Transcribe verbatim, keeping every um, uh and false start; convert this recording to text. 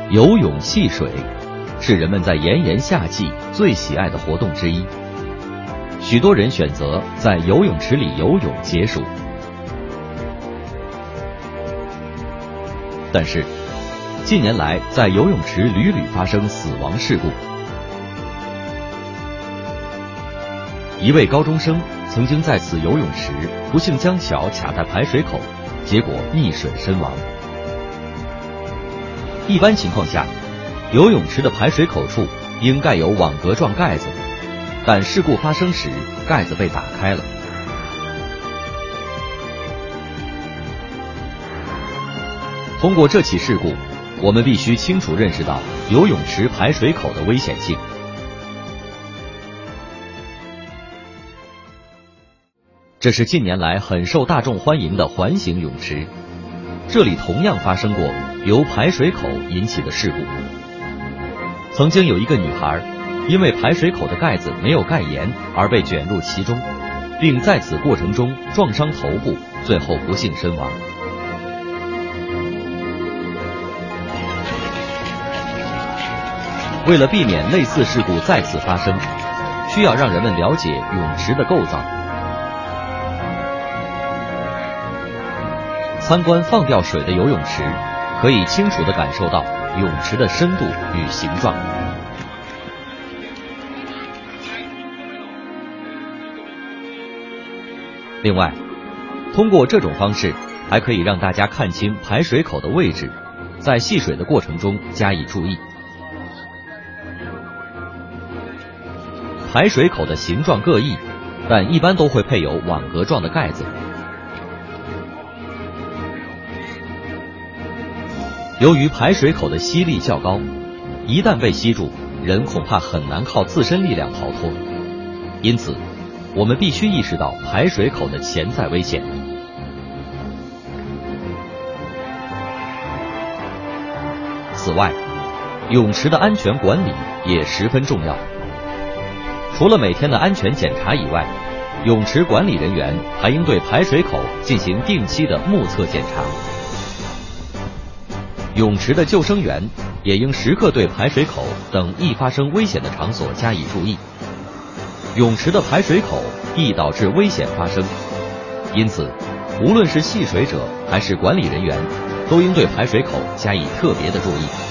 游泳戏水是人们在炎炎夏季最喜爱的活动之一，许多人选择在游泳池里游泳解暑。但是近年来在游泳池屡屡发生死亡事故，一位高中生曾经在此游泳池不幸将脚卡在排水口，结果溺水身亡。一般情况下，游泳池的排水口处应盖有网格状盖子，但事故发生时盖子被打开了。通过这起事故，我们必须清楚认识到游泳池排水口的危险性。这是近年来很受大众欢迎的环形泳池，这里同样发生过由排水口引起的事故。曾经有一个女孩因为排水口的盖子没有盖严而被卷入其中，并在此过程中撞伤头部，最后不幸身亡。为了避免类似事故再次发生，需要让人们了解泳池的构造。参观放掉水的游泳池，可以清楚地感受到泳池的深度与形状。另外，通过这种方式，还可以让大家看清排水口的位置，在戏水的过程中加以注意。排水口的形状各异，但一般都会配有网格状的盖子。由于排水口的吸力较高，一旦被吸住，人恐怕很难靠自身力量逃脱。因此，我们必须意识到排水口的潜在危险。此外，泳池的安全管理也十分重要。除了每天的安全检查以外，泳池管理人员还应对排水口进行定期的目测检查。泳池的救生员也应时刻对排水口等易发生危险的场所加以注意。泳池的排水口易导致危险发生，因此，无论是戏水者还是管理人员，都应对排水口加以特别的注意。